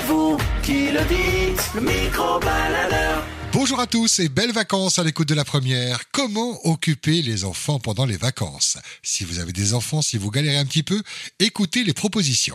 vous qui le dites, le micro-baladeur. Bonjour à tous et belles vacances à l'écoute de la première. Comment occuper les enfants pendant les vacances? Si vous avez des enfants, si vous galérez un petit peu, écoutez les propositions.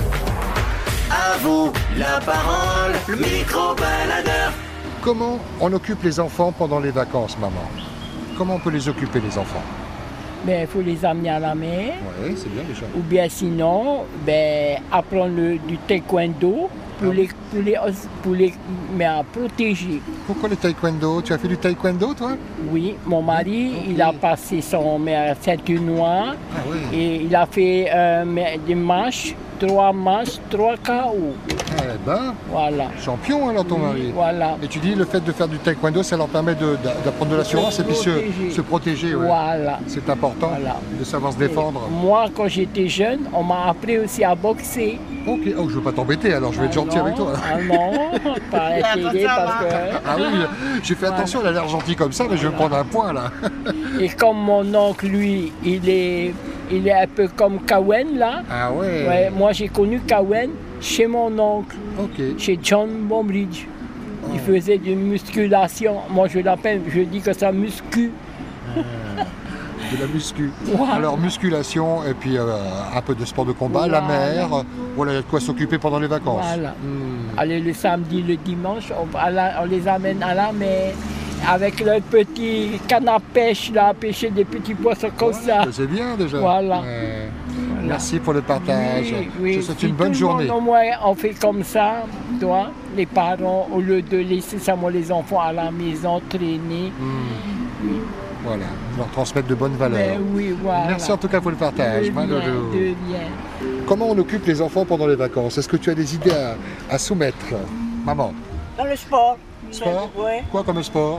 À vous la parole, le micro-baladeur. Comment on occupe les enfants pendant les vacances, maman? Comment on peut les occuper, les enfants? Il faut les amener à la mer. Oui, c'est bien déjà. Ou bien sinon, apprendre du taekwondo pour les protéger. Pourquoi le taekwondo? Tu as fait du taekwondo, toi? Oui, mon mari, il a passé son ceinture noire et il a fait des matchs, 3 matchs, 3 KO. Eh ben, Voilà. champion alors ton mari. Voilà. Et tu dis le fait de faire du taekwondo, ça leur permet d'apprendre de l'assurance et puis se protéger. Ouais. Voilà. C'est important de savoir se défendre. Moi, quand j'étais jeune, on m'a appris aussi à boxer. Ok, oh, je veux pas t'embêter alors, je vais être gentil avec toi. Ah non, pas à la télé parce que... Ah oui, j'ai fait attention, elle a l'air gentille comme ça, mais je vais prendre un point là. Et comme mon oncle, lui, il est un peu comme Cowen là. Ah ouais. Moi, j'ai connu Cowen chez mon oncle, chez John Bombridge. Il faisait de musculation. Moi, je dis que ça muscu. De la muscu. Voilà. Alors musculation et puis un peu de sport de combat, la mer, voilà, il y a de quoi s'occuper pendant les vacances. Voilà. Allez, le samedi, le dimanche, on les amène à la mer avec leur petit canne à pêche là, à pêcher des petits poissons comme ça. C'est bien déjà. Voilà. Merci pour le partage. Oui, Je te souhaite une bonne journée. Au moins, on fait comme ça, toi, les parents, au lieu de laisser seulement les enfants à la maison traîner. Voilà, leur transmettre de bonnes valeurs. Oui, voilà. Merci en tout cas pour le partage. De rien. Comment on occupe les enfants pendant les vacances? Est-ce que tu as des idées à soumettre, maman? Dans le sport. Sport? Ouais. Quoi comme sport?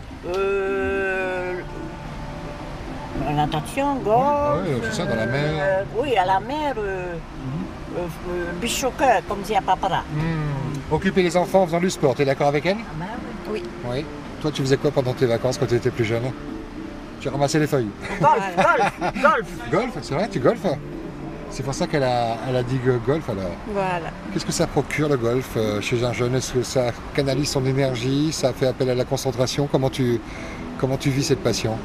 La natation, golf. Oui, c'est ça, dans la mer. Oui, à la mer. Bichoqueur, comme dit à Papara. Occuper les enfants en faisant du sport, tu es d'accord avec elle? Oui. Oui. Toi, tu faisais quoi pendant tes vacances quand tu étais plus jeune? Tu ramassais les feuilles? Golf. Golf, c'est vrai, tu golfes? C'est pour ça qu'elle a dit golf alors. Voilà. Qu'est-ce que ça procure le golf chez un jeune? Est-ce que ça canalise son énergie? Ça fait appel à la concentration? Comment tu vis cette passion?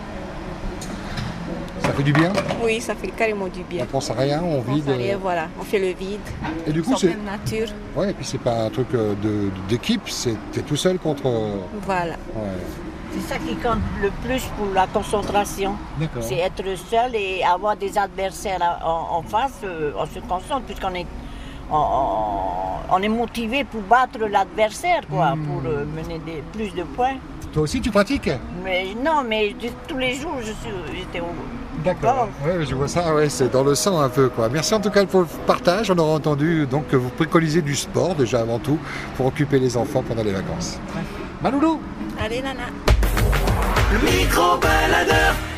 Ça fait du bien? Oui, ça fait carrément du bien. On pense à rien, on vide. Rien, voilà, on fait le vide. Et du coup, c'est nature. Ouais, et puis c'est pas un truc d'équipe, t'es tout seul contre. Voilà. Ouais. C'est ça qui compte le plus pour la concentration. D'accord. C'est être seul et avoir des adversaires en face. On se concentre puisqu'on est, on est motivé pour battre l'adversaire, quoi, pour mener plus de points. Toi aussi, tu pratiques? Mais non, mais tous les jours, j'étais au... D'accord. Ouais, je vois ça, ouais, c'est dans le sang un peu, quoi. Merci en tout cas pour le partage. On aura entendu donc que vous préconisez du sport déjà avant tout pour occuper les enfants pendant les vacances. Maloulou. Allez, nana. Le micro-baladeur.